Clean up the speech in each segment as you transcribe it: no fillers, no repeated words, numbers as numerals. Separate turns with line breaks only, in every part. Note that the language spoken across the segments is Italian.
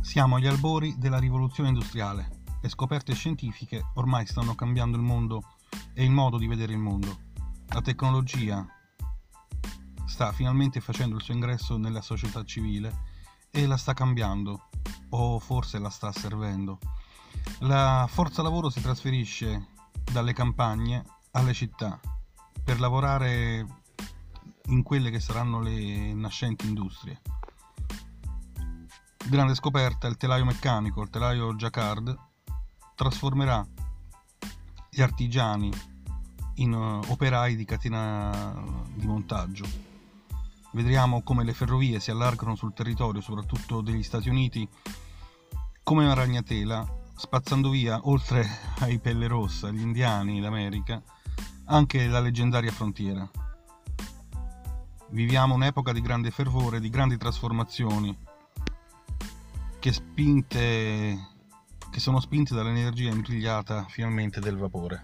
Siamo agli albori della rivoluzione industriale. Le scoperte scientifiche ormai stanno cambiando il mondo e il modo di vedere il mondo. La tecnologia sta finalmente facendo il suo ingresso nella società civile e la sta cambiando, o forse la sta servendo. La forza lavoro si trasferisce dalle campagne alle città per lavorare in quelle che saranno le nascenti industrie. Grande scoperta: il telaio meccanico, il telaio Jacquard, trasformerà gli artigiani in operai di catena di montaggio. Vedremo come le ferrovie si allargano sul territorio, soprattutto degli Stati Uniti, come una ragnatela, spazzando via, oltre ai Pelle Rossa, gli indiani d'America, anche la leggendaria frontiera. Viviamo un'epoca di grande fervore, di grandi trasformazioni, che sono spinte dall'energia imbrigliata finalmente del vapore.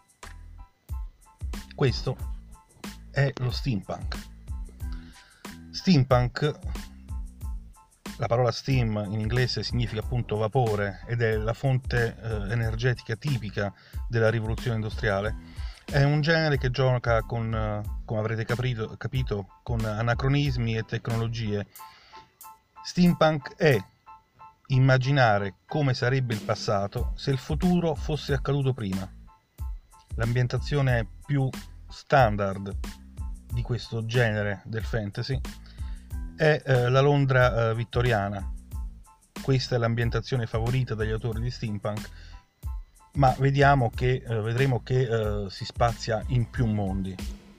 Questo è lo steampunk. Steampunk, la parola steam in inglese significa appunto vapore ed è la fonte energetica tipica della rivoluzione industriale. È un genere che gioca con, come avrete capito, con anacronismi e tecnologie. Steampunk è immaginare come sarebbe il passato se il futuro fosse accaduto prima. L'ambientazione più standard di questo genere del fantasy è la Londra vittoriana. Questa è l'ambientazione favorita dagli autori di steampunk, ma vedremo che si spazia in più mondi.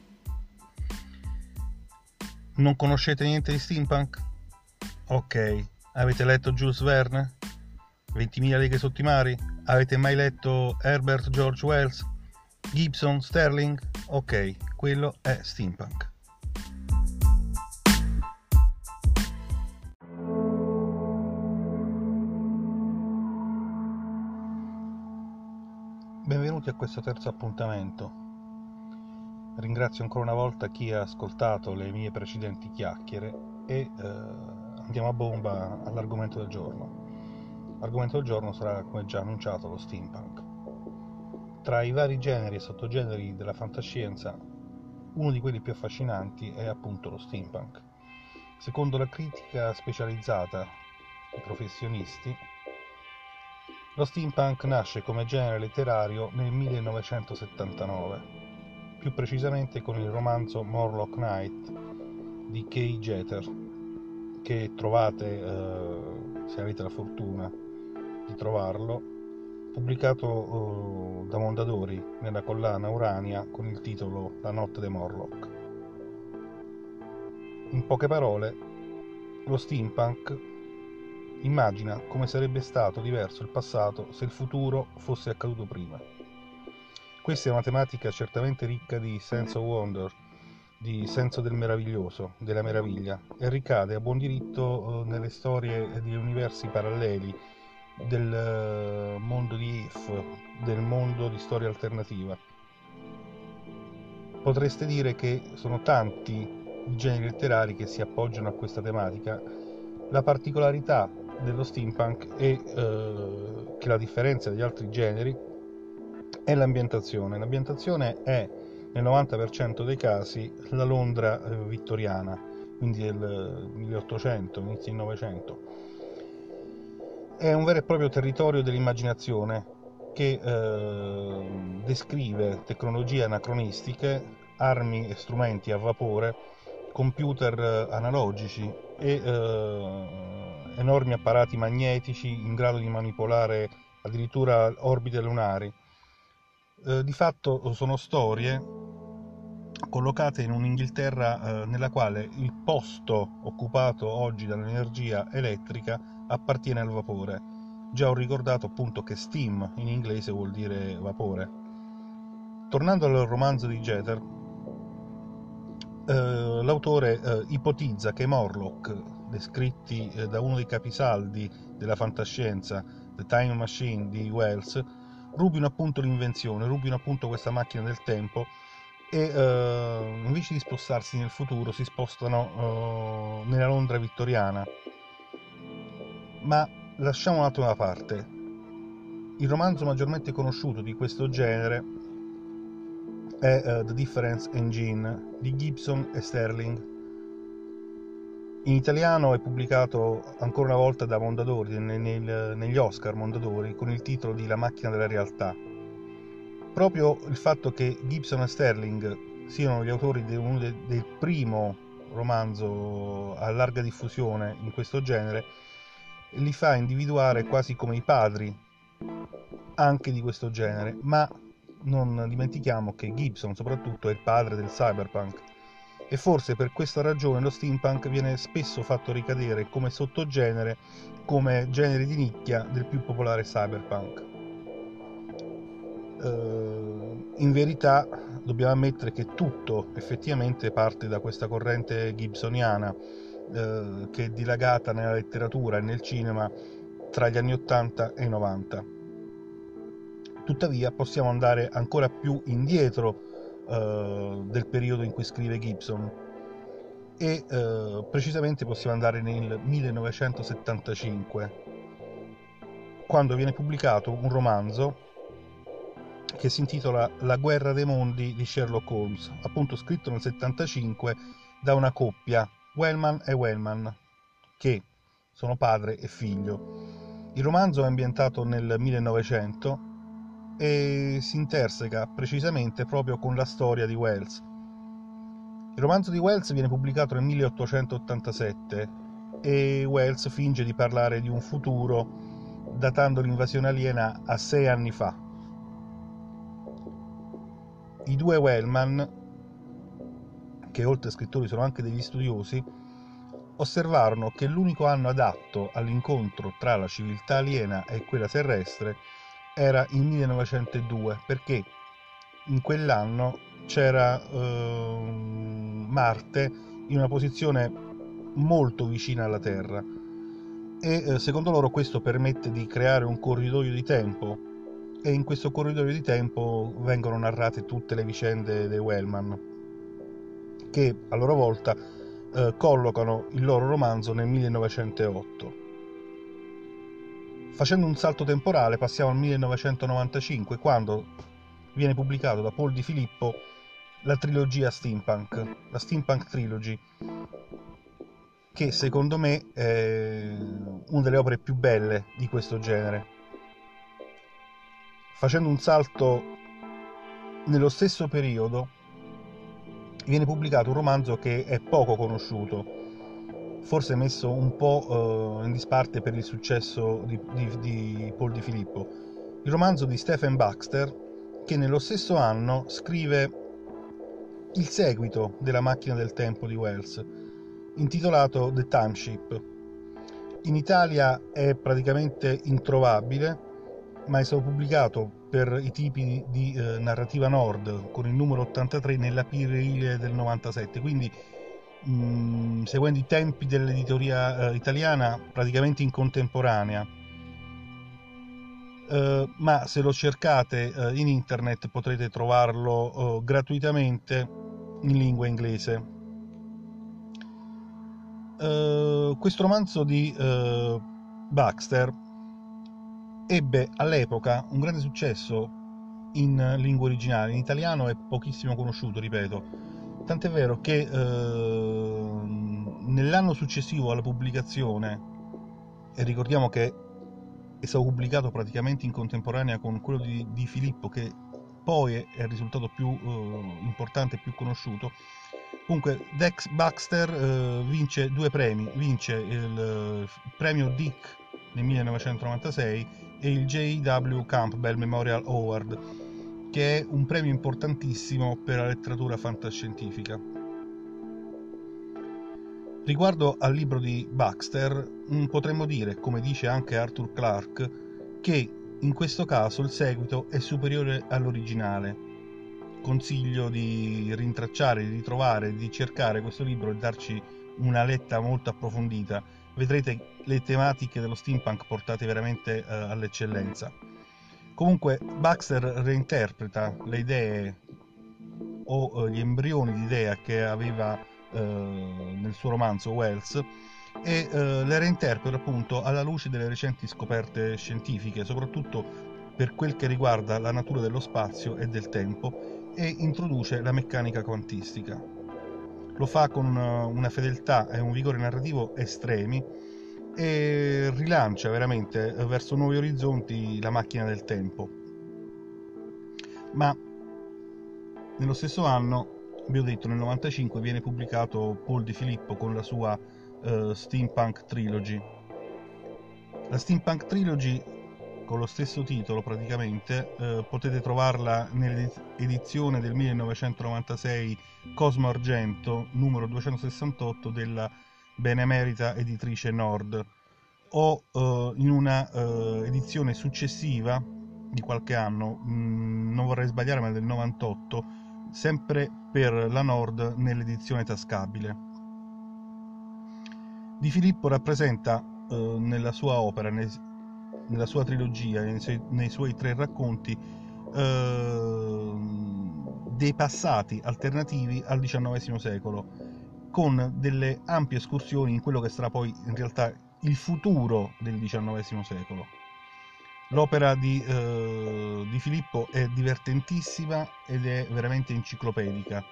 Non conoscete niente di steampunk? Ok. Avete letto Jules Verne? 20.000 leghe sotto i mari? Avete mai letto Herbert George Wells? Gibson, Sterling? Ok, quello è steampunk. Benvenuti a questo terzo appuntamento. Ringrazio ancora una volta chi ha ascoltato le mie precedenti chiacchiere e andiamo a bomba all'argomento del giorno. L'argomento del giorno sarà, come già annunciato, lo steampunk. Tra i vari generi e sottogeneri della fantascienza, uno di quelli più affascinanti è appunto lo steampunk. Secondo la critica specializzata, i professionisti, lo steampunk nasce come genere letterario nel 1979, più precisamente con il romanzo Morlock Night di Kay Jeter, che trovate, se avete la fortuna di trovarlo, pubblicato da Mondadori nella collana Urania con il titolo La notte dei Morlock. In poche parole, lo steampunk immagina come sarebbe stato diverso il passato se il futuro fosse accaduto prima. Questa è una tematica certamente ricca di sense of wonder, di senso del meraviglioso, della meraviglia, e ricade a buon diritto nelle storie di universi paralleli, del mondo di If, del mondo di storia alternativa. Potreste dire che sono tanti i generi letterari che si appoggiano a questa tematica. La particolarità dello steampunk è che la differenza dagli altri generi è l'ambientazione. L'ambientazione è nel 90% dei casi la Londra vittoriana, quindi del 1800, inizio del 900. È un vero e proprio territorio dell'immaginazione che descrive tecnologie anacronistiche, armi e strumenti a vapore, computer analogici e enormi apparati magnetici in grado di manipolare addirittura orbite lunari. Di fatto sono storie collocate in un'Inghilterra nella quale il posto occupato oggi dall'energia elettrica appartiene al vapore. Già ho ricordato appunto che steam in inglese vuol dire vapore. Tornando al romanzo di Jeter, l'autore ipotizza che Morlock, descritti da uno dei capisaldi della fantascienza, The Time Machine di Wells, rubino appunto l'invenzione, rubino appunto questa macchina del tempo e invece di spostarsi nel futuro si spostano nella Londra vittoriana. Ma lasciamo un attimo da parte. Il romanzo maggiormente conosciuto di questo genere è The Difference Engine di Gibson e Sterling. In italiano è pubblicato ancora una volta da Mondadori, negli Oscar Mondadori, con il titolo di La macchina della realtà. Proprio il fatto che Gibson e Sterling siano gli autori del primo romanzo a larga diffusione in questo genere li fa individuare quasi come i padri anche di questo genere, ma non dimentichiamo che Gibson soprattutto è il padre del cyberpunk, e forse per questa ragione lo steampunk viene spesso fatto ricadere come sottogenere, come genere di nicchia del più popolare cyberpunk. In verità dobbiamo ammettere che tutto effettivamente parte da questa corrente gibsoniana che è dilagata nella letteratura e nel cinema tra gli anni 80 e i 90. Tuttavia possiamo andare ancora più indietro del periodo in cui scrive Gibson e precisamente possiamo andare nel 1975, quando viene pubblicato un romanzo che si intitola La guerra dei mondi di Sherlock Holmes, appunto scritto nel 75 da una coppia, Wellman e Wellman, che sono padre e figlio. Il romanzo è ambientato nel 1900 e si interseca precisamente proprio con la storia di Wells. Il romanzo di Wells viene pubblicato nel 1887 e Wells finge di parlare di un futuro datando l'invasione aliena a 6 anni fa. I due Wellman, che oltre a scrittori sono anche degli studiosi, osservarono che l'unico anno adatto all'incontro tra la civiltà aliena e quella terrestre era il 1902, perché in quell'anno c'era Marte in una posizione molto vicina alla Terra e secondo loro questo permette di creare un corridoio di tempo, e in questo corridoio di tempo vengono narrate tutte le vicende dei Wellman, che a loro volta collocano il loro romanzo nel 1908. Facendo un salto temporale passiamo al 1995, quando viene pubblicato da Paul Di Filippo la trilogia Steampunk, la Steampunk Trilogy, che secondo me è una delle opere più belle di questo genere. Facendo un salto nello stesso periodo viene pubblicato un romanzo che è poco conosciuto, forse messo un po' in disparte per il successo di Paul Di Filippo, il romanzo di Stephen Baxter, che nello stesso anno scrive il seguito della macchina del tempo di Wells, intitolato The Time Ship. In Italia è praticamente introvabile, ma è stato pubblicato per i tipi di narrativa nord con il numero 83 nell'aprile del 97, quindi seguendo i tempi dell'editoria italiana praticamente in contemporanea, ma se lo cercate in internet potrete trovarlo gratuitamente in lingua inglese. Questo romanzo di Baxter ebbe all'epoca un grande successo in lingua originale, in italiano è pochissimo conosciuto, ripeto, tant'è vero che nell'anno successivo alla pubblicazione, e ricordiamo che è stato pubblicato praticamente in contemporanea con quello di Filippo, che poi è il risultato più importante e più conosciuto. Comunque Dex Baxter vince 2 premi, vince il premio Dick nel 1996 e il J.W. Campbell Memorial Award, che è un premio importantissimo per la letteratura fantascientifica. Riguardo al libro di Baxter, potremmo dire, come dice anche Arthur Clarke, che in questo caso il seguito è superiore all'originale. Consiglio di rintracciare, di ritrovare, di cercare questo libro e darci una letta molto approfondita. Vedrete le tematiche dello steampunk portate veramente all'eccellenza. Comunque Baxter reinterpreta le idee o gli embrioni di idea che aveva nel suo romanzo Wells e le reinterpreta appunto alla luce delle recenti scoperte scientifiche, soprattutto per quel che riguarda la natura dello spazio e del tempo, e introduce la meccanica quantistica. Lo fa con una fedeltà e un vigore narrativo estremi e rilancia veramente verso nuovi orizzonti la macchina del tempo. Ma nello stesso anno, vi ho detto, nel 95 viene pubblicato Paul Di Filippo con la sua Steampunk Trilogy. La Steampunk Trilogy, con lo stesso titolo praticamente, potete trovarla nell'edizione del 1996 Cosmo Argento, numero 268 della benemerita editrice Nord, o in una edizione successiva di qualche anno, non vorrei sbagliare, ma del 98, sempre per la Nord nell'edizione tascabile. Di Filippo rappresenta nella sua opera, nella sua trilogia, nei suoi 3 racconti, dei passati alternativi al XIX secolo, con delle ampie escursioni in quello che sarà poi in realtà il futuro del XIX secolo. L'opera di Filippo è divertentissima ed è veramente enciclopedica.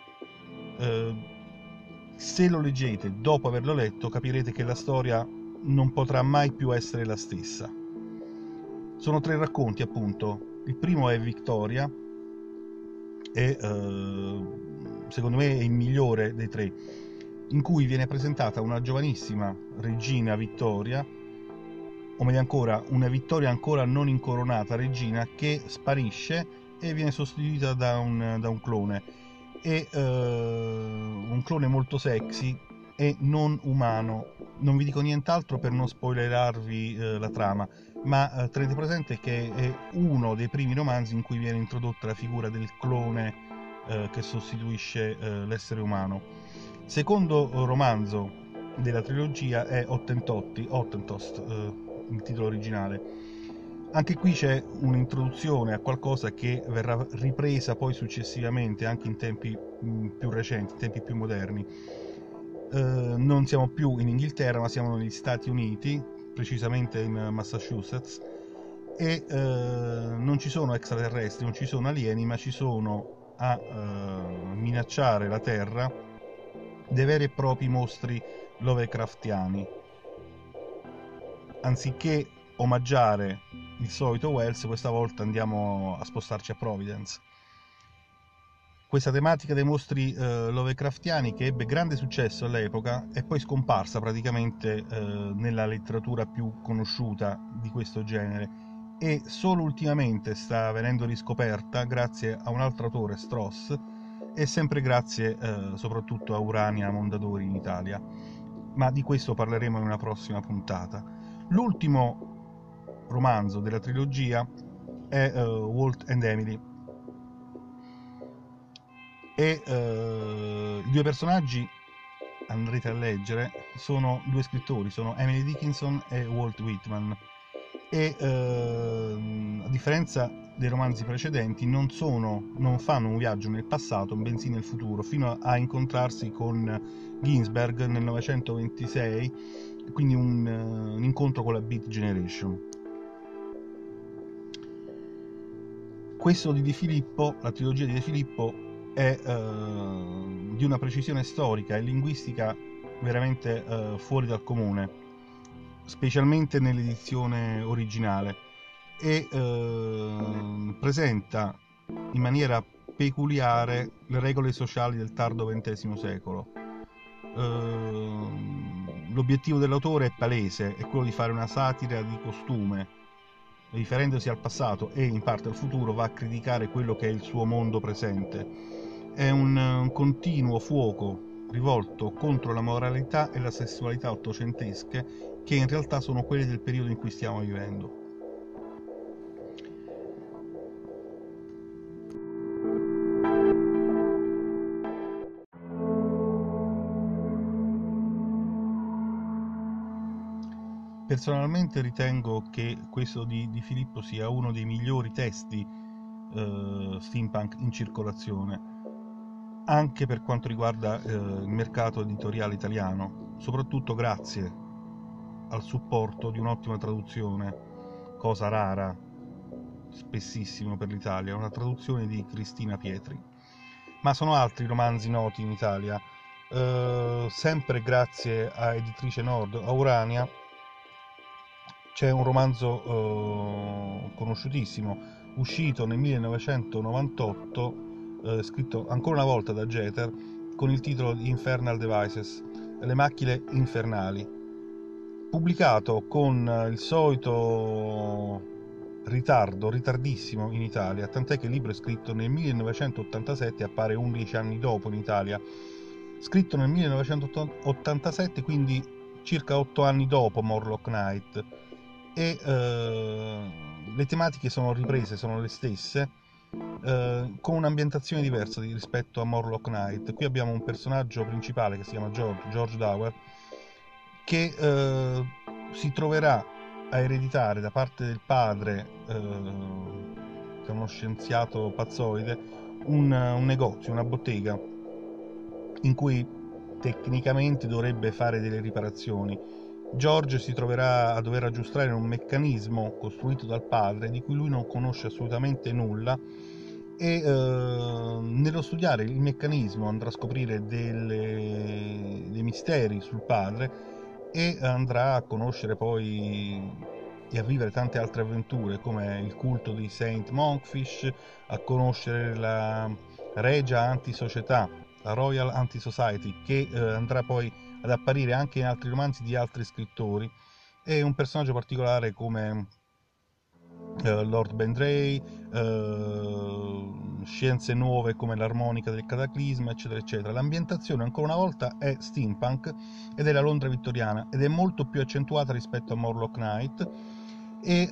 Se lo leggete dopo averlo letto, capirete che la storia non potrà mai più essere la stessa. Sono 3 racconti, appunto. Il primo è Victoria, e secondo me è il migliore dei 3, in cui viene presentata una giovanissima regina Vittoria, o meglio ancora, una Vittoria ancora non incoronata regina, che sparisce e viene sostituita da un clone. E un clone molto sexy e non umano. Non vi dico nient'altro per non spoilerarvi la trama, ma tenete presente che è uno dei primi romanzi in cui viene introdotta la figura del clone che sostituisce l'essere umano. Secondo romanzo della trilogia è Hottentost, il titolo originale. Anche qui c'è un'introduzione a qualcosa che verrà ripresa poi successivamente, anche in tempi più recenti, in tempi più moderni. Non siamo più in Inghilterra, ma siamo negli Stati Uniti, precisamente in Massachusetts, e non ci sono extraterrestri, non ci sono alieni, ma ci sono a minacciare la Terra dei veri e propri mostri Lovecraftiani. Anziché omaggiare il solito Wells, questa volta andiamo a spostarci a Providence. Questa tematica dei mostri Lovecraftiani, che ebbe grande successo all'epoca, è poi scomparsa praticamente nella letteratura più conosciuta di questo genere, e solo ultimamente sta venendo riscoperta grazie a un altro autore, Stross, e sempre grazie soprattutto a Urania Mondadori in Italia. Ma di questo parleremo in una prossima puntata. L'ultimo romanzo della trilogia è Walt and Emily, e i 2 personaggi, andrete a leggere, sono 2 scrittori, sono Emily Dickinson e Walt Whitman, e a differenza dei romanzi precedenti non fanno un viaggio nel passato, bensì nel futuro, fino a incontrarsi con Ginsberg nel 1926, quindi un incontro con la Beat Generation. Questo di Di Filippo, la trilogia di Di Filippo, è di una precisione storica e linguistica veramente fuori dal comune, specialmente nell'edizione originale, e presenta in maniera peculiare le regole sociali del tardo XX secolo. L'obiettivo dell'autore è palese, è quello di fare una satira di costume. Riferendosi al passato e in parte al futuro, va a criticare quello che è il suo mondo presente. È un continuo fuoco rivolto contro la moralità e la sessualità ottocentesche, che in realtà sono quelle del periodo in cui stiamo vivendo. Personalmente ritengo che questo di Filippo sia uno dei migliori testi steampunk in circolazione, anche per quanto riguarda il mercato editoriale italiano, soprattutto grazie al supporto di un'ottima traduzione, cosa rara, spessissimo per l'Italia, una traduzione di Cristina Pietri. Ma sono altri romanzi noti in Italia, sempre grazie a Editrice Nord, a Urania. C'è un romanzo conosciutissimo, uscito nel 1998, scritto ancora una volta da Jeter, con il titolo di Infernal Devices, le macchine infernali, pubblicato con il solito ritardissimo in Italia, tant'è che il libro è scritto nel 1987 e appare 11 anni dopo in Italia. Scritto nel 1987, quindi circa 8 anni dopo Morlock Knight, e le tematiche sono riprese, sono le stesse, con un'ambientazione diversa rispetto a Morlock Knight. Qui abbiamo un personaggio principale che si chiama George Dower, che si troverà a ereditare da parte del padre, che è uno scienziato pazzoide, un negozio, una bottega, in cui tecnicamente dovrebbe fare delle riparazioni. George si troverà a dover aggiustare un meccanismo costruito dal padre di cui lui non conosce assolutamente nulla, e nello studiare il meccanismo andrà a scoprire dei misteri sul padre, e andrà a conoscere poi e a vivere tante altre avventure, come il culto di Saint Monkfish, a conoscere la Regia Antisocietà, la Royal Anti-Society, che andrà poi ad apparire anche in altri romanzi di altri scrittori, e un personaggio particolare come Lord Bendray, scienze nuove come l'armonica del cataclisma, eccetera eccetera. L'ambientazione ancora una volta è steampunk ed è la Londra vittoriana, ed è molto più accentuata rispetto a Morlock Knight, e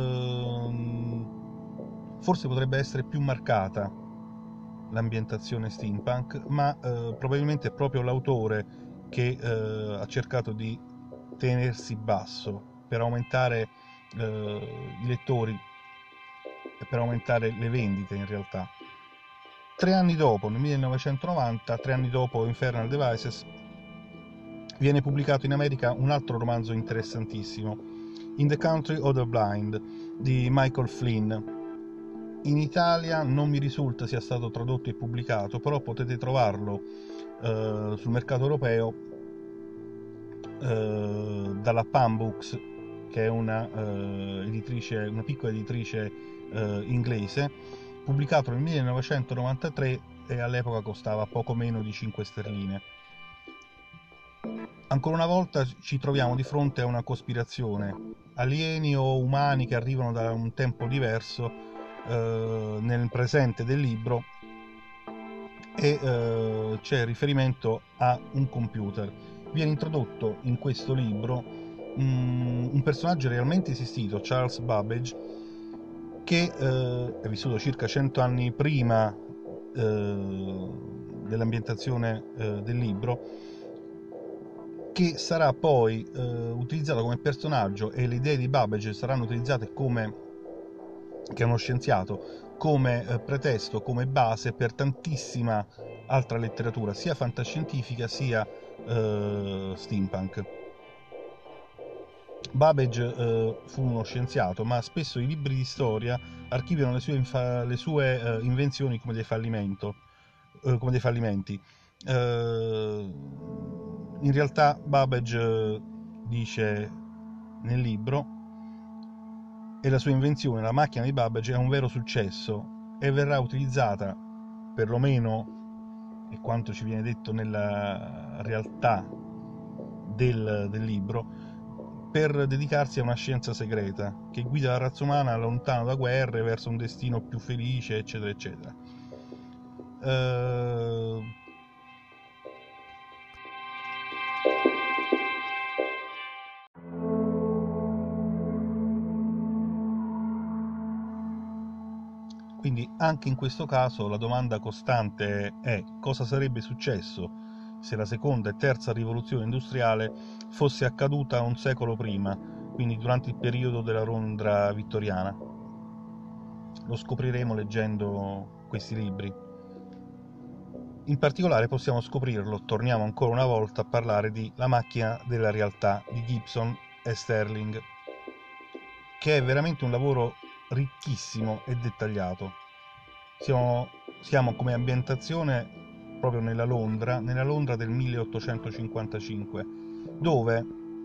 forse potrebbe essere più marcata l'ambientazione steampunk, ma probabilmente è proprio l'autore che ha cercato di tenersi basso per aumentare i lettori e per aumentare le vendite. In realtà 3 anni dopo, nel 1990, 3 anni dopo Infernal Devices, viene pubblicato in America un altro romanzo interessantissimo, In the Country of the Blind, di Michael Flynn. In Italia non mi risulta sia stato tradotto e pubblicato, però potete trovarlo sul mercato europeo dalla Pan Books, che è una piccola editrice inglese, pubblicato nel 1993 e all'epoca costava poco meno di 5 sterline. Ancora una volta ci troviamo di fronte a una cospirazione, alieni o umani che arrivano da un tempo diverso nel presente del libro, e c'è riferimento a un computer. Viene introdotto in questo libro un personaggio realmente esistito, Charles Babbage, che è vissuto circa 100 anni prima dell'ambientazione del libro, che sarà poi utilizzato come personaggio, e le idee di Babbage saranno utilizzate che è uno scienziato, come pretesto, come base per tantissima altra letteratura, sia fantascientifica sia steampunk. Babbage fu uno scienziato, ma spesso i libri di storia archiviano le sue invenzioni come dei fallimenti. In realtà Babbage dice nel libro, e la sua invenzione, la macchina di Babbage, è un vero successo e verrà utilizzata, perlomeno è quanto ci viene detto nella realtà del libro, per dedicarsi a una scienza segreta che guida la razza umana lontano da guerre verso un destino più felice, eccetera eccetera. Quindi anche in questo caso la domanda costante è: cosa sarebbe successo se la seconda e terza rivoluzione industriale fosse accaduta un secolo prima, quindi durante il periodo della Londra vittoriana? Lo scopriremo leggendo questi libri. In particolare possiamo scoprirlo, torniamo ancora una volta a parlare di La macchina della realtà di Gibson e Sterling, che è veramente un lavoro ricchissimo e dettagliato. Siamo come ambientazione proprio nella Londra del 1855, dove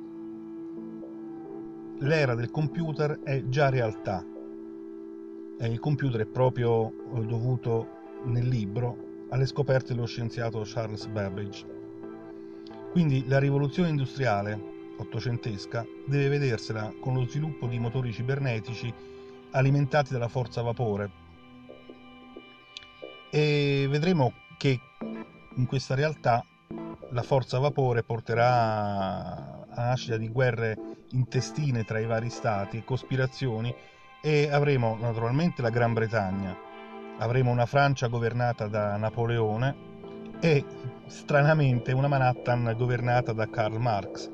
l'era del computer è già realtà, e il computer è proprio dovuto nel libro alle scoperte dello scienziato Charles Babbage. Quindi la rivoluzione industriale ottocentesca deve vedersela con lo sviluppo di motori cibernetici alimentati dalla forza a vapore, e vedremo che in questa realtà la forza a vapore porterà alla nascita di guerre intestine tra i vari stati e cospirazioni, e avremo naturalmente la Gran Bretagna, avremo una Francia governata da Napoleone e stranamente una Manhattan governata da Karl Marx.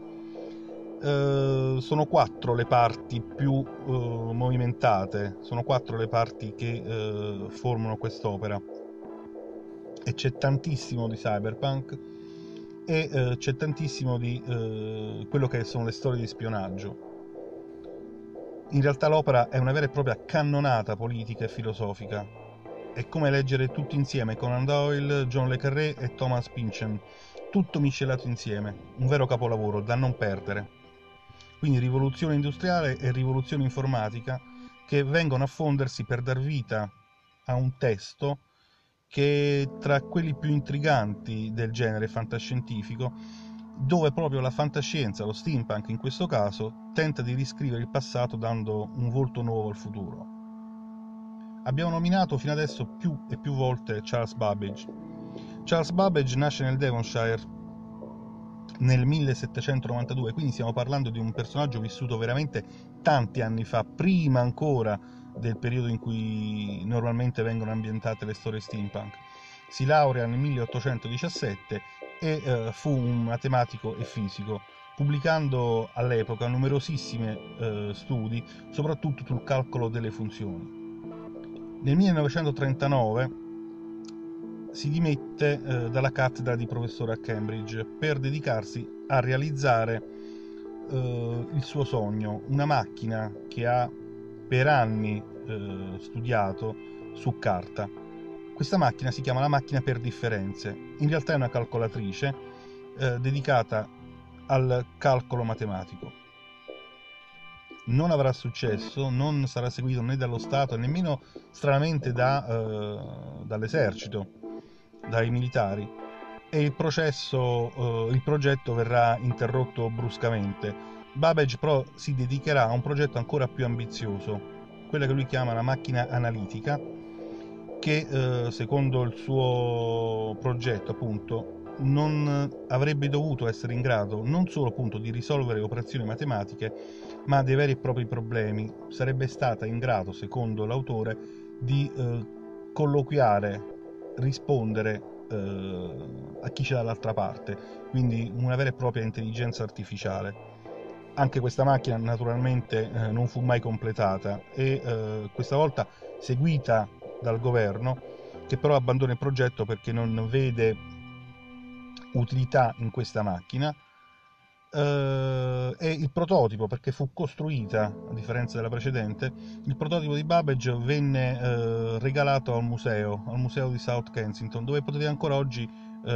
Sono 4 le parti più movimentate, sono 4 le parti che formano quest'opera, e c'è tantissimo di cyberpunk e c'è tantissimo di quello che sono le storie di spionaggio. In realtà l'opera è una vera e propria cannonata politica e filosofica. È come leggere tutti insieme Conan Doyle, John le Carré e Thomas Pynchon, tutto miscelato insieme, un vero capolavoro da non perdere. Quindi rivoluzione industriale e rivoluzione informatica che vengono a fondersi per dar vita a un testo che è tra quelli più intriganti del genere fantascientifico, dove proprio la fantascienza, lo steampunk in questo caso, tenta di riscrivere il passato dando un volto nuovo al futuro. Abbiamo nominato fino adesso più e più volte Charles Babbage. Charles Babbage nasce nel Devonshire nel 1792, quindi stiamo parlando di un personaggio vissuto veramente tanti anni fa, prima ancora del periodo in cui normalmente vengono ambientate le storie steampunk. Si laurea nel 1817 e fu un matematico e fisico, pubblicando all'epoca numerosissimi studi, soprattutto sul calcolo delle funzioni. Nel 1939 si dimette dalla cattedra di professore a Cambridge per dedicarsi a realizzare il suo sogno, una macchina che ha per anni studiato su carta. Questa macchina si chiama la macchina per differenze, in realtà è una calcolatrice dedicata al calcolo matematico. Non avrà successo, non sarà seguito né dallo Stato, nemmeno stranamente dall'esercito, dai militari, e il progetto verrà interrotto bruscamente. Babbage però si dedicherà a un progetto ancora più ambizioso, quella che lui chiama la macchina analitica, che secondo il suo progetto appunto non avrebbe dovuto essere in grado non solo appunto di risolvere operazioni matematiche, ma dei veri e propri problemi. Sarebbe stata in grado, secondo l'autore, di colloquiare, rispondere a chi c'è dall'altra parte, quindi una vera e propria intelligenza artificiale. Anche questa macchina naturalmente non fu mai completata e questa volta seguita dal governo, che però abbandona il progetto perché non vede utilità in questa macchina, e il prototipo, perché fu costruita, a differenza della precedente, il prototipo di Babbage venne regalato al museo di South Kensington, dove potete ancora oggi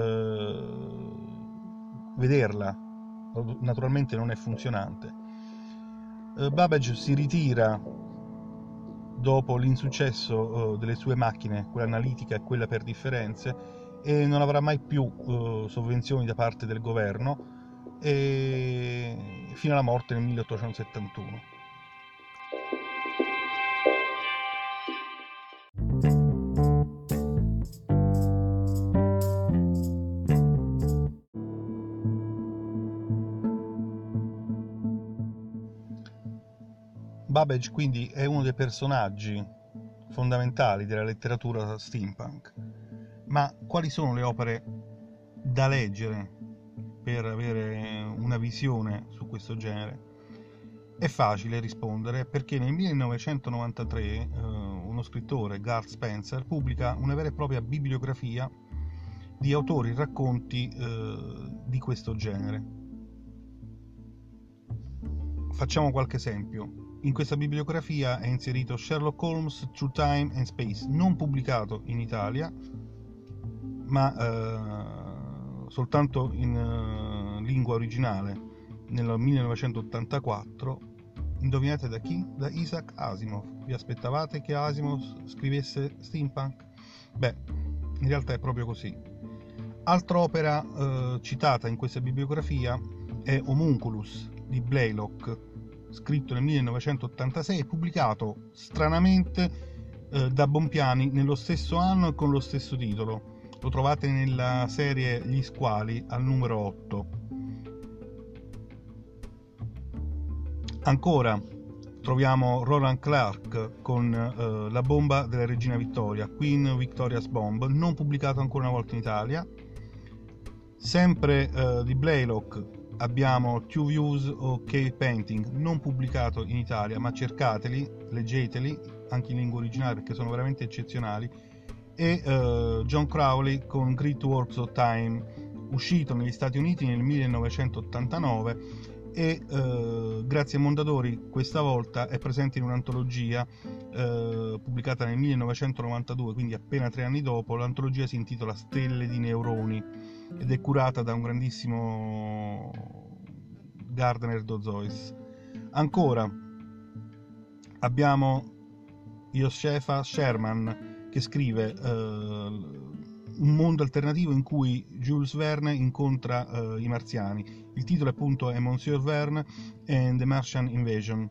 vederla. Naturalmente non è funzionante. Babbage si ritira dopo l'insuccesso delle sue macchine, quella analitica e quella per differenze, e non avrà mai più sovvenzioni da parte del governo, e fino alla morte nel 1871. Babbage quindi è uno dei personaggi fondamentali della letteratura steampunk. Ma quali sono le opere da leggere per avere una visione su questo genere? È facile rispondere, perché nel 1993 uno scrittore, Garth Spencer, pubblica una vera e propria bibliografia di autori e racconti di questo genere. facciamo qualche esempio. In questa bibliografia è inserito Sherlock Holmes Through Time and Space, non pubblicato in Italia, ma soltanto in lingua originale nel 1984. Indovinate da chi? Da Isaac Asimov. Vi aspettavate che Asimov scrivesse steampunk? Beh, in realtà è proprio così. Altra opera citata in questa bibliografia è Homunculus di Blaylock, scritto nel 1986 e pubblicato stranamente da Bompiani nello stesso anno e con lo stesso titolo. Lo trovate nella serie Gli Squali al numero 8. Ancora troviamo Roland Clark con La bomba della regina Vittoria, Queen Victoria's Bomb, non pubblicato ancora una volta in Italia. Sempre di Blaylock abbiamo Two Views o Cave Painting, non pubblicato in Italia, ma cercateli, leggeteli anche in lingua originale perché sono veramente eccezionali. E John Crowley con Great Works of Time, uscito negli Stati Uniti nel 1989 e grazie a Mondadori questa volta è presente in un'antologia pubblicata nel 1992, quindi appena 3 anni dopo. L'antologia si intitola Stelle di Neuroni ed è curata da un grandissimo Gardner Dozois. Ancora abbiamo Josefa Sherman che scrive un mondo alternativo in cui Jules Verne incontra i marziani. Il titolo appunto è Monsieur Verne and the Martian Invasion.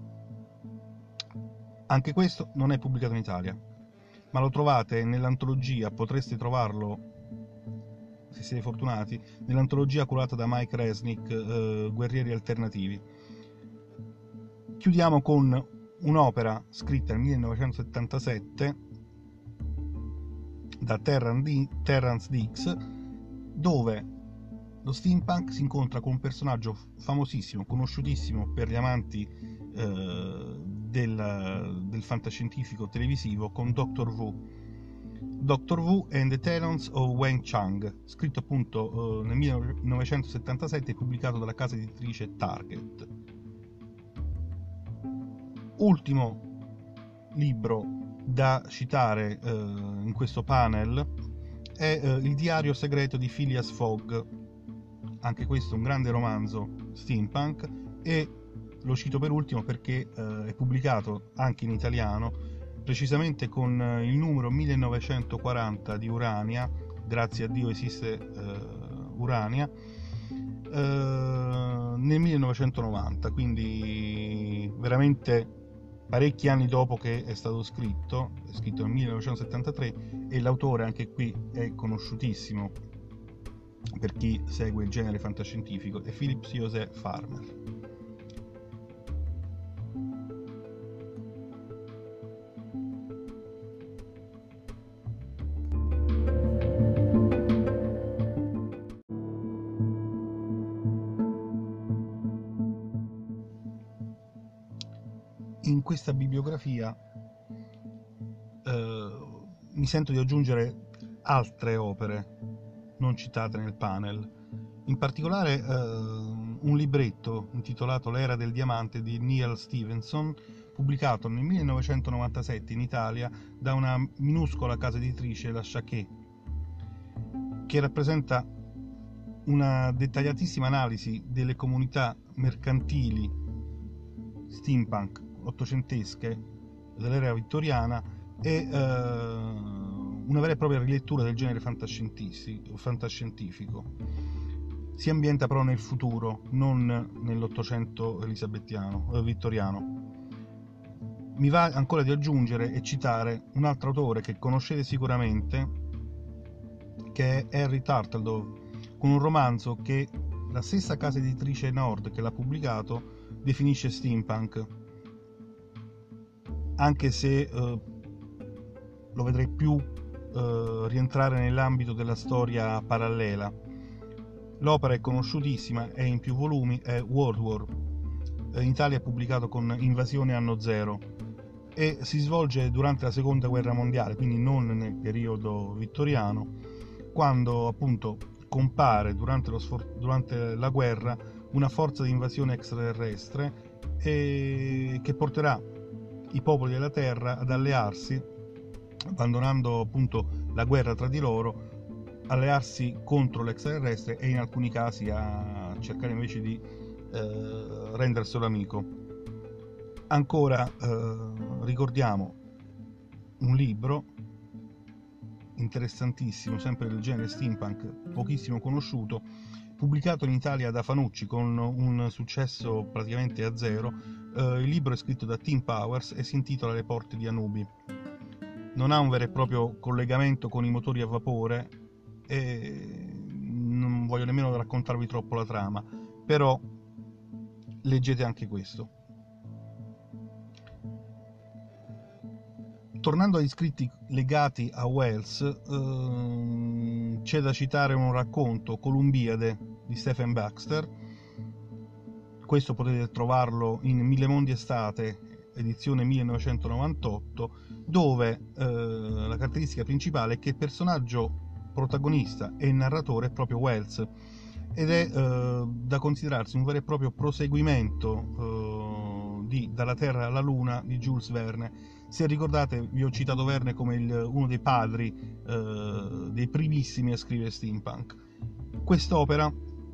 Anche questo non è pubblicato in Italia, ma lo trovate nell'antologia, potreste trovarlo se siete fortunati, nell'antologia curata da Mike Resnick, Guerrieri Alternativi. Chiudiamo con un'opera scritta nel 1977 da Terrance Dicks, dove lo steampunk si incontra con un personaggio famosissimo, conosciutissimo per gli amanti del fantascientifico televisivo, con Doctor Who and the Talents of Wang Chang, scritto appunto nel 1977 e pubblicato dalla casa editrice Target. Ultimo libro da citare in questo panel è Il diario segreto di Phileas Fogg, anche questo un grande romanzo steampunk, e lo cito per ultimo perché è pubblicato anche in italiano, precisamente con il numero 1940 di Urania, grazie a Dio esiste Urania, nel 1990, quindi veramente parecchi anni dopo che è stato scritto, è scritto nel 1973, e l'autore anche qui è conosciutissimo per chi segue il genere fantascientifico, è Philip Joseph Farmer. In questa bibliografia mi sento di aggiungere altre opere non citate nel panel, in particolare un libretto intitolato L'era del diamante di Neal Stephenson, pubblicato nel 1997 in Italia da una minuscola casa editrice, la Chaquet, che rappresenta una dettagliatissima analisi delle comunità mercantili steampunk ottocentesche dell'era vittoriana e una vera e propria rilettura del genere fantascientifico. Si ambienta però nel futuro, non nell'Ottocento vittoriano. Mi va ancora di aggiungere e citare un altro autore che conoscete sicuramente, che è Henry Turtledove, con un romanzo che la stessa casa editrice Nord che l'ha pubblicato definisce steampunk, anche se lo vedrei più rientrare nell'ambito della storia parallela. L'opera è conosciutissima, è in più volumi, è World War, in Italia è pubblicato con Invasione Anno Zero e si svolge durante la seconda guerra mondiale, quindi non nel periodo vittoriano, quando appunto compare durante la guerra una forza di invasione extraterrestre e che porterà i popoli della Terra ad allearsi, abbandonando appunto la guerra tra di loro, allearsi contro l'extraterrestre e in alcuni casi a cercare invece di renderselo amico. Ancora ricordiamo un libro interessantissimo, sempre del genere steampunk, pochissimo conosciuto, pubblicato in Italia da Fanucci con un successo praticamente a zero. Il libro è scritto da Tim Powers e si intitola Le porte di Anubi. Non ha un vero e proprio collegamento con i motori a vapore e non voglio nemmeno raccontarvi troppo la trama, però leggete anche questo. Tornando agli scritti legati a Wells, c'è da citare un racconto, Columbiade, di Stephen Baxter. Questo potete trovarlo in Mille mondi estate, edizione 1998, dove la caratteristica principale è che il personaggio protagonista e narratore è proprio Wells, ed è da considerarsi un vero e proprio proseguimento di Dalla Terra alla Luna di Jules Verne. Se ricordate, vi ho citato Verne come uno dei padri dei primissimi a scrivere steampunk. Quest'opera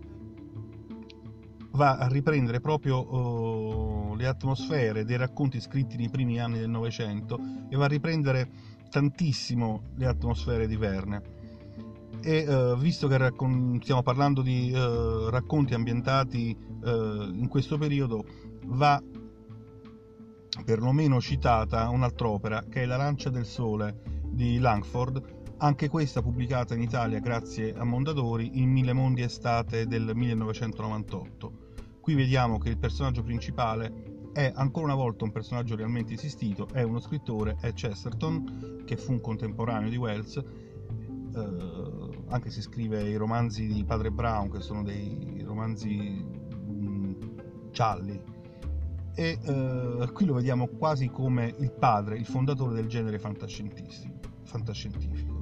va a riprendere proprio le atmosfere dei racconti scritti nei primi anni del Novecento e va a riprendere tantissimo le atmosfere di Verne. E visto che stiamo parlando di racconti ambientati in questo periodo, va perlomeno citata un'altra opera, che è La lancia del sole di Langford, anche questa pubblicata in Italia grazie a Mondadori in Mille mondi estate del 1998. Qui vediamo che il personaggio principale è ancora una volta un personaggio realmente esistito, è uno scrittore, è Chesterton, che fu un contemporaneo di Wells, anche se scrive i romanzi di Padre Brown, che sono dei romanzi gialli, e qui lo vediamo quasi come il padre, il fondatore del genere fantascientifico.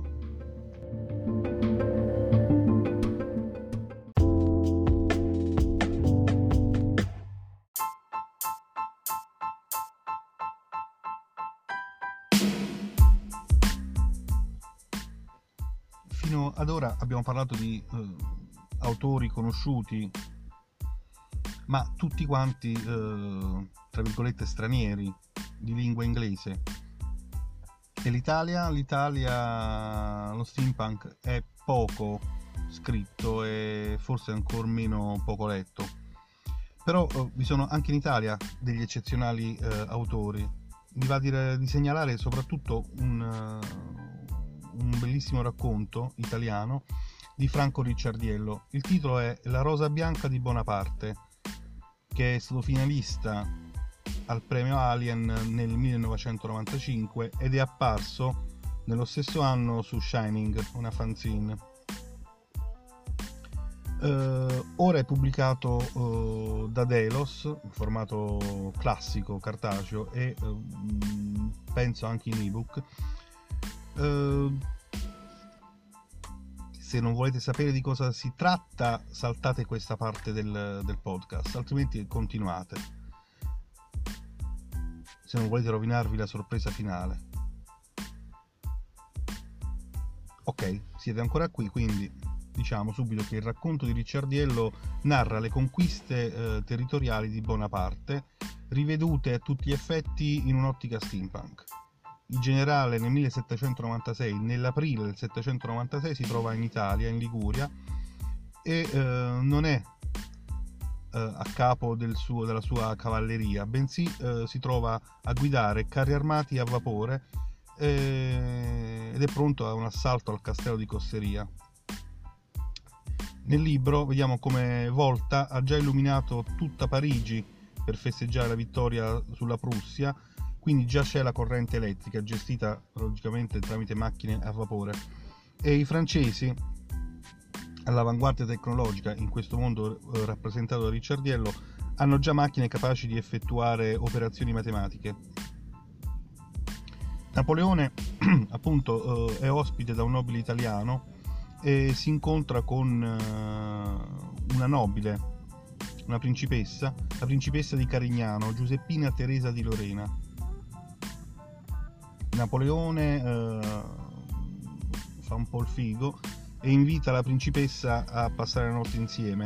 Fino ad ora abbiamo parlato di autori conosciuti, ma tutti quanti, tra virgolette, stranieri, di lingua inglese. E l'Italia, lo steampunk è poco scritto e forse ancor meno poco letto. Però vi sono anche in Italia degli eccezionali autori. Mi va di segnalare soprattutto un bellissimo racconto italiano di Franco Ricciardiello. Il titolo è La rosa bianca di Bonaparte, che è stato finalista al premio Alien nel 1995 ed è apparso nello stesso anno su Shining, una fanzine. Ora è pubblicato da Delos in formato classico cartaceo e penso anche in ebook. Se non volete sapere di cosa si tratta, saltate questa parte del podcast, altrimenti continuate, se non volete rovinarvi la sorpresa finale. Ok, siete ancora qui, quindi diciamo subito che il racconto di Ricciardiello narra le conquiste territoriali di Bonaparte, rivedute a tutti gli effetti in un'ottica steampunk. Il generale nel 1796, nell'aprile del 796, si trova in Italia, in Liguria, e non è a capo della sua cavalleria, bensì si trova a guidare carri armati a vapore ed è pronto a un assalto al castello di Cosseria. Nel libro vediamo come Volta ha già illuminato tutta Parigi per festeggiare la vittoria sulla Prussia, quindi già c'è la corrente elettrica gestita logicamente tramite macchine a vapore, e i francesi, all'avanguardia tecnologica in questo mondo rappresentato da Ricciardiello, hanno già macchine capaci di effettuare operazioni matematiche. Napoleone appunto è ospite da un nobile italiano e si incontra con una nobile una principessa, la principessa di Carignano, Giuseppina Teresa di Lorena. Napoleone fa un po' il figo e invita la principessa a passare la notte insieme.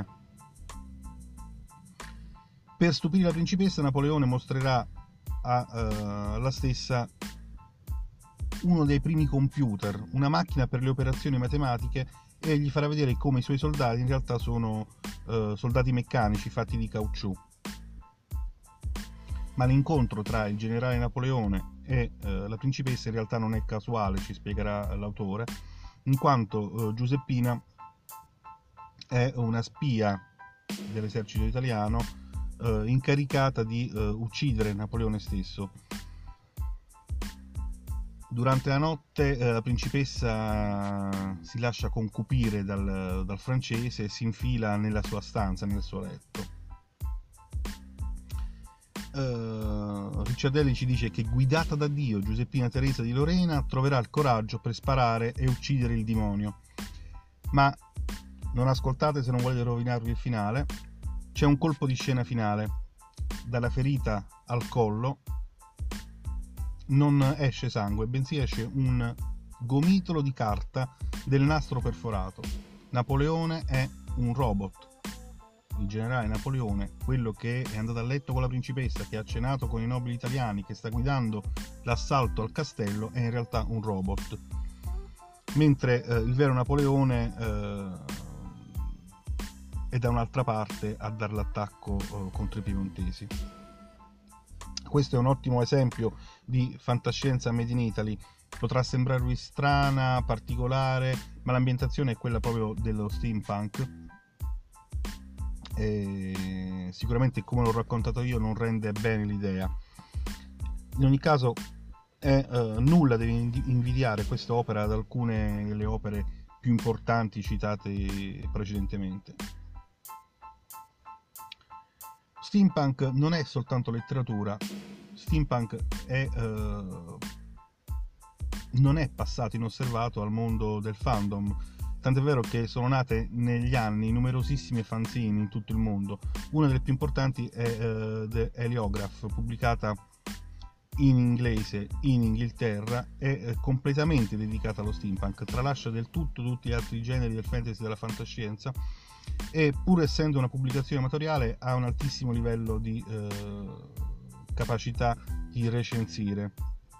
Per stupire la principessa, Napoleone mostrerà alla stessa uno dei primi computer, una macchina per le operazioni matematiche, e gli farà vedere come i suoi soldati in realtà sono soldati meccanici fatti di caucciù. Ma l'incontro tra il generale Napoleone e la principessa in realtà non è casuale, ci spiegherà l'autore, in quanto Giuseppina è una spia dell'esercito italiano incaricata di uccidere Napoleone stesso. Durante la notte la principessa si lascia concupire dal francese e si infila nella sua stanza, nel suo letto. Ricciardelli ci dice che, guidata da Dio, Giuseppina Teresa di Lorena troverà il coraggio per sparare e uccidere il demonio. Ma non ascoltate se non volete rovinarvi il finale. C'è un colpo di scena finale. Dalla ferita al collo non esce sangue, bensì esce un gomitolo di carta del nastro perforato. Napoleone è un robot. Il generale Napoleone, quello che è andato a letto con la principessa, che ha cenato con i nobili italiani, che sta guidando l'assalto al castello, è in realtà un robot. Mentre il vero Napoleone è da un'altra parte a dar l'attacco contro i piemontesi. Questo è un ottimo esempio di fantascienza made in Italy. Potrà sembrarvi strana, particolare, ma l'ambientazione è quella proprio dello steampunk. E sicuramente, come l'ho raccontato io, non rende bene l'idea. In ogni caso nulla deve invidiare questa opera ad alcune delle opere più importanti citate precedentemente. Steampunk non è soltanto letteratura. Steampunk non è passato inosservato al mondo del fandom. Tant'è vero che sono nate negli anni numerosissime fanzine in tutto il mondo. Una delle più importanti è The Heliograph, pubblicata in inglese in Inghilterra, è completamente dedicata allo steampunk, tralascia del tutto tutti gli altri generi del fantasy e della fantascienza, e pur essendo una pubblicazione amatoriale ha un altissimo livello di capacità di recensire.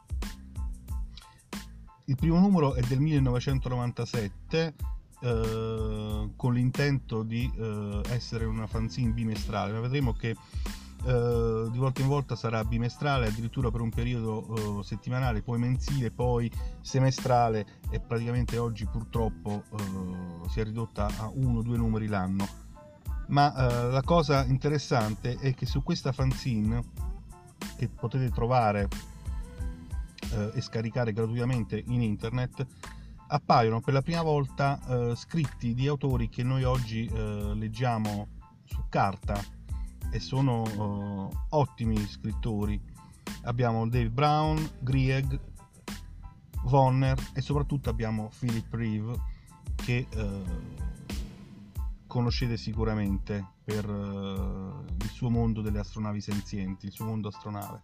Il primo numero è del 1997, con l'intento di essere una fanzine bimestrale, ma vedremo che di volta in volta sarà bimestrale, addirittura per un periodo settimanale, poi mensile, poi semestrale, e praticamente oggi purtroppo si è ridotta a 1 o 2 numeri l'anno. Ma la cosa interessante è che su questa fanzine, che potete trovare e scaricare gratuitamente in internet, appaiono per la prima volta scritti di autori che noi oggi leggiamo su carta, e sono ottimi scrittori. Abbiamo Dave Brown, Grieg, Vonner e soprattutto abbiamo Philip Reeve, che conoscete sicuramente per il suo mondo delle astronavi senzienti, il suo mondo astronave.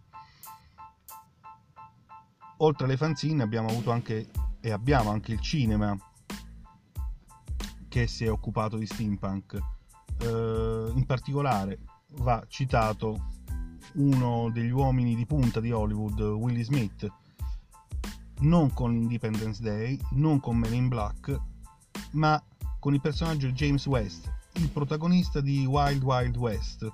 Oltre alle fanzine abbiamo anche il cinema, che si è occupato di steampunk. In particolare va citato uno degli uomini di punta di Hollywood, Willie Smith, non con Independence Day, non con Men in Black, ma con il personaggio James West, il protagonista di Wild Wild West,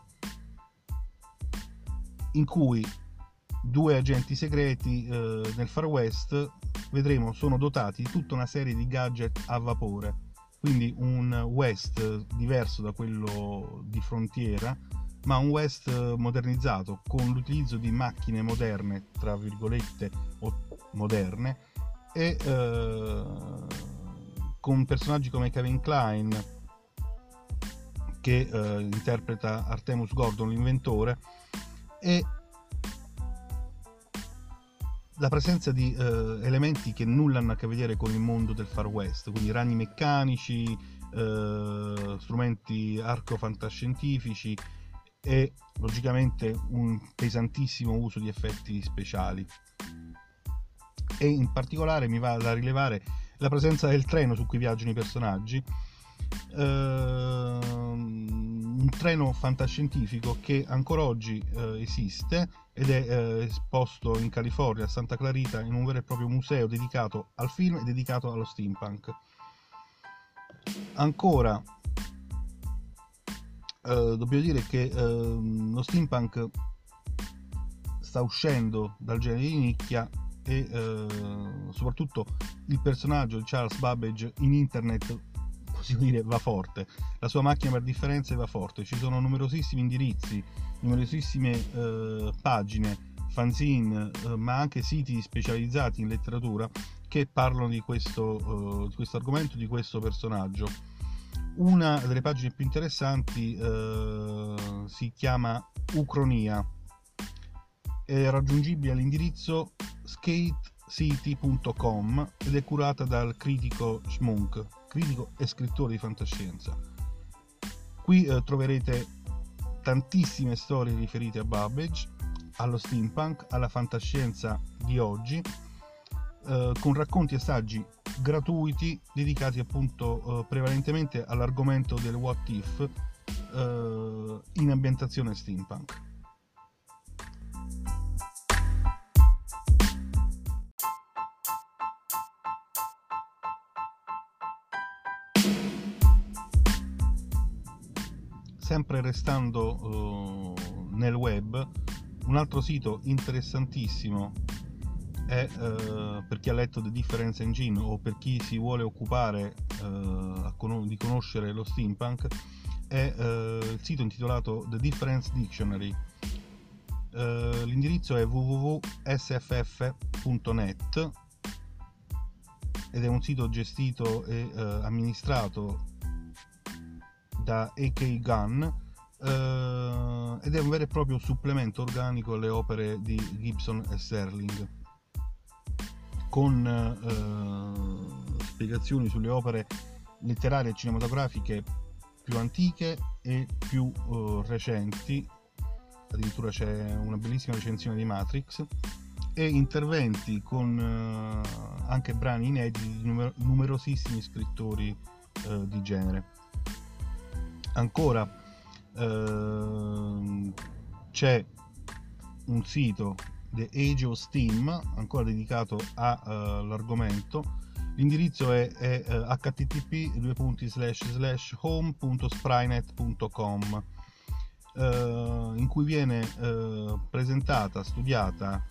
in cui 2 agenti segreti nel Far West, vedremo, sono dotati di tutta una serie di gadget a vapore, quindi un West diverso da quello di frontiera, ma un West modernizzato, con l'utilizzo di macchine moderne, tra virgolette, o moderne, e con personaggi come Kevin Kline, che interpreta Artemus Gordon, l'inventore, e la presenza di elementi che nulla hanno a che vedere con il mondo del Far West, quindi ragni meccanici, strumenti arco-fantascientifici e logicamente un pesantissimo uso di effetti speciali. E in particolare mi va da rilevare la presenza del treno su cui viaggiano i personaggi, un treno fantascientifico che ancora oggi esiste ed è esposto in California, a Santa Clarita, in un vero e proprio museo dedicato al film e dedicato allo steampunk. Ancora dobbiamo dire che lo steampunk sta uscendo dal genere di nicchia e soprattutto il personaggio di Charles Babbage in internet, così dire, va forte. La sua macchina per differenze va forte, ci sono numerosissimi indirizzi, numerosissime pagine, fanzine, ma anche siti specializzati in letteratura che parlano di questo argomento, di questo personaggio. Una delle pagine più interessanti si chiama Ucronia, è raggiungibile all'indirizzo skatecity.com ed è curata dal critico Schmunk, critico e scrittore di fantascienza. Qui troverete tantissime storie riferite a Babbage, allo steampunk, alla fantascienza di oggi, con racconti e saggi gratuiti dedicati appunto prevalentemente all'argomento del what if in ambientazione steampunk. Sempre restando nel web, un altro sito interessantissimo è, per chi ha letto The Difference Engine o per chi si vuole occupare di conoscere lo steampunk, è il sito intitolato The Difference Dictionary. L'indirizzo è www.sff.net ed è un sito gestito e amministrato da A.K. Gunn ed è un vero e proprio supplemento organico alle opere di Gibson e Sterling, con spiegazioni sulle opere letterarie e cinematografiche più antiche e più recenti. Addirittura c'è una bellissima recensione di Matrix e interventi con anche brani inediti di numerosissimi scrittori di genere. Ancora c'è un sito, The Age of Steam, ancora dedicato all'argomento. L'indirizzo è http://home.sprynet.com, in cui viene presentata, studiata,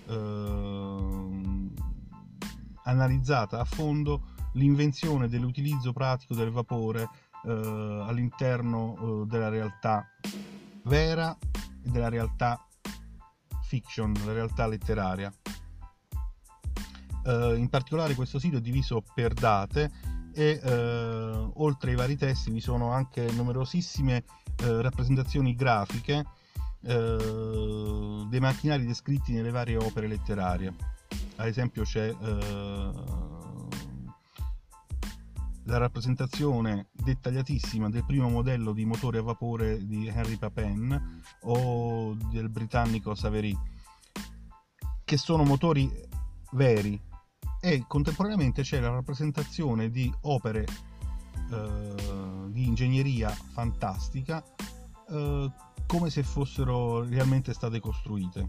analizzata a fondo l'invenzione dell'utilizzo pratico del vapore all'interno della realtà vera e della realtà fiction, della realtà letteraria. In particolare questo sito è diviso per date e oltre ai vari testi vi sono anche numerosissime rappresentazioni grafiche dei macchinari descritti nelle varie opere letterarie. Ad esempio c'è la rappresentazione dettagliatissima del primo modello di motore a vapore di Henry Papin o del britannico Savery, che sono motori veri, e contemporaneamente c'è la rappresentazione di opere di ingegneria fantastica come se fossero realmente state costruite.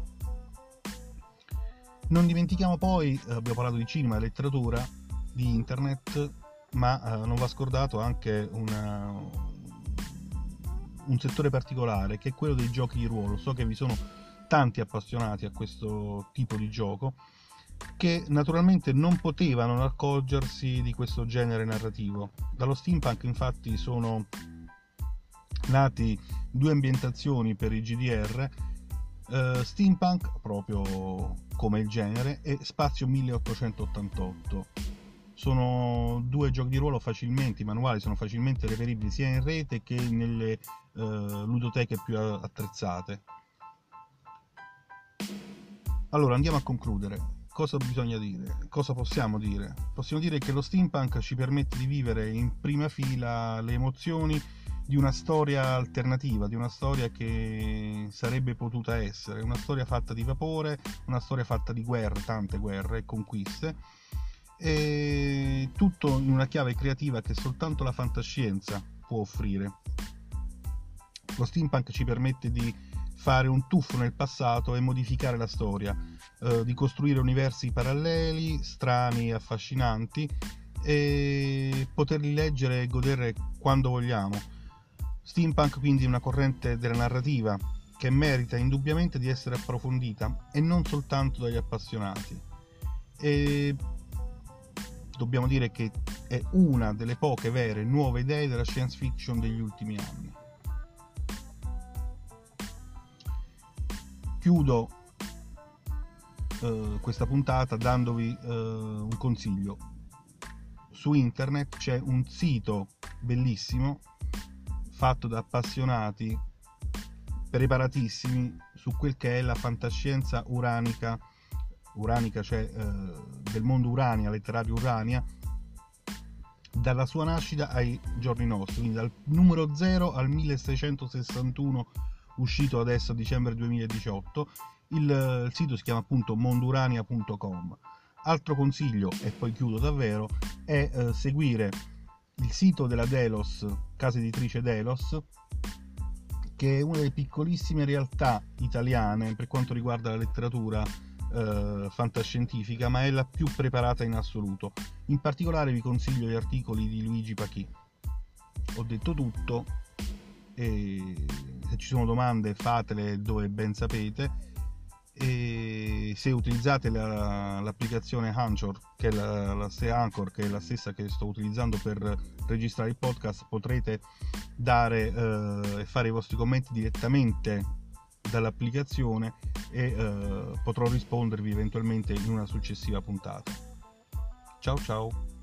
Non dimentichiamo poi, abbiamo parlato di cinema e letteratura, di internet, ma non va scordato anche un settore particolare, che è quello dei giochi di ruolo. So che vi sono tanti appassionati a questo tipo di gioco che naturalmente non potevano non accorgersi di questo genere narrativo. Dallo steampunk infatti sono nati due ambientazioni per i GDR, steampunk proprio come il genere e Spazio 1888. Sono due giochi di ruolo facilmente, i manuali sono facilmente reperibili sia in rete che nelle ludoteche più attrezzate. Allora andiamo a concludere. cosa bisogna dire? Cosa possiamo dire? Possiamo dire che lo steampunk ci permette di vivere in prima fila le emozioni di una storia alternativa, di una storia che sarebbe potuta essere, una storia fatta di vapore, una storia fatta di guerre, tante guerre e conquiste, e tutto in una chiave creativa che soltanto la fantascienza può offrire. Lo steampunk ci permette di fare un tuffo nel passato e modificare la storia, di costruire universi paralleli, strani e affascinanti, e poterli leggere e godere quando vogliamo. Steampunk quindi è una corrente della narrativa che merita indubbiamente di essere approfondita e non soltanto dagli appassionati. E dobbiamo dire che è una delle poche vere nuove idee della science fiction degli ultimi anni. Chiudo questa puntata dandovi un consiglio. Su internet c'è un sito bellissimo fatto da appassionati preparatissimi su quel che è la fantascienza uranica, cioè del mondo Urania, letterario Urania, dalla sua nascita ai giorni nostri, quindi dal numero 0 al 1661, uscito adesso a dicembre 2018. Il sito si chiama appunto mondurania.com. Altro consiglio, e poi chiudo davvero, è seguire il sito della Delos, casa editrice Delos, che è una delle piccolissime realtà italiane per quanto riguarda la letteratura fantascientifica, ma è la più preparata in assoluto. In particolare vi consiglio gli articoli di Luigi Pachì. Ho detto tutto, e se ci sono domande fatele dove ben sapete, e se utilizzate l'applicazione Anchor, che è Anchor, che è la stessa che sto utilizzando per registrare il podcast, potrete dare e fare i vostri commenti direttamente dall'applicazione e potrò rispondervi eventualmente in una successiva puntata. Ciao ciao!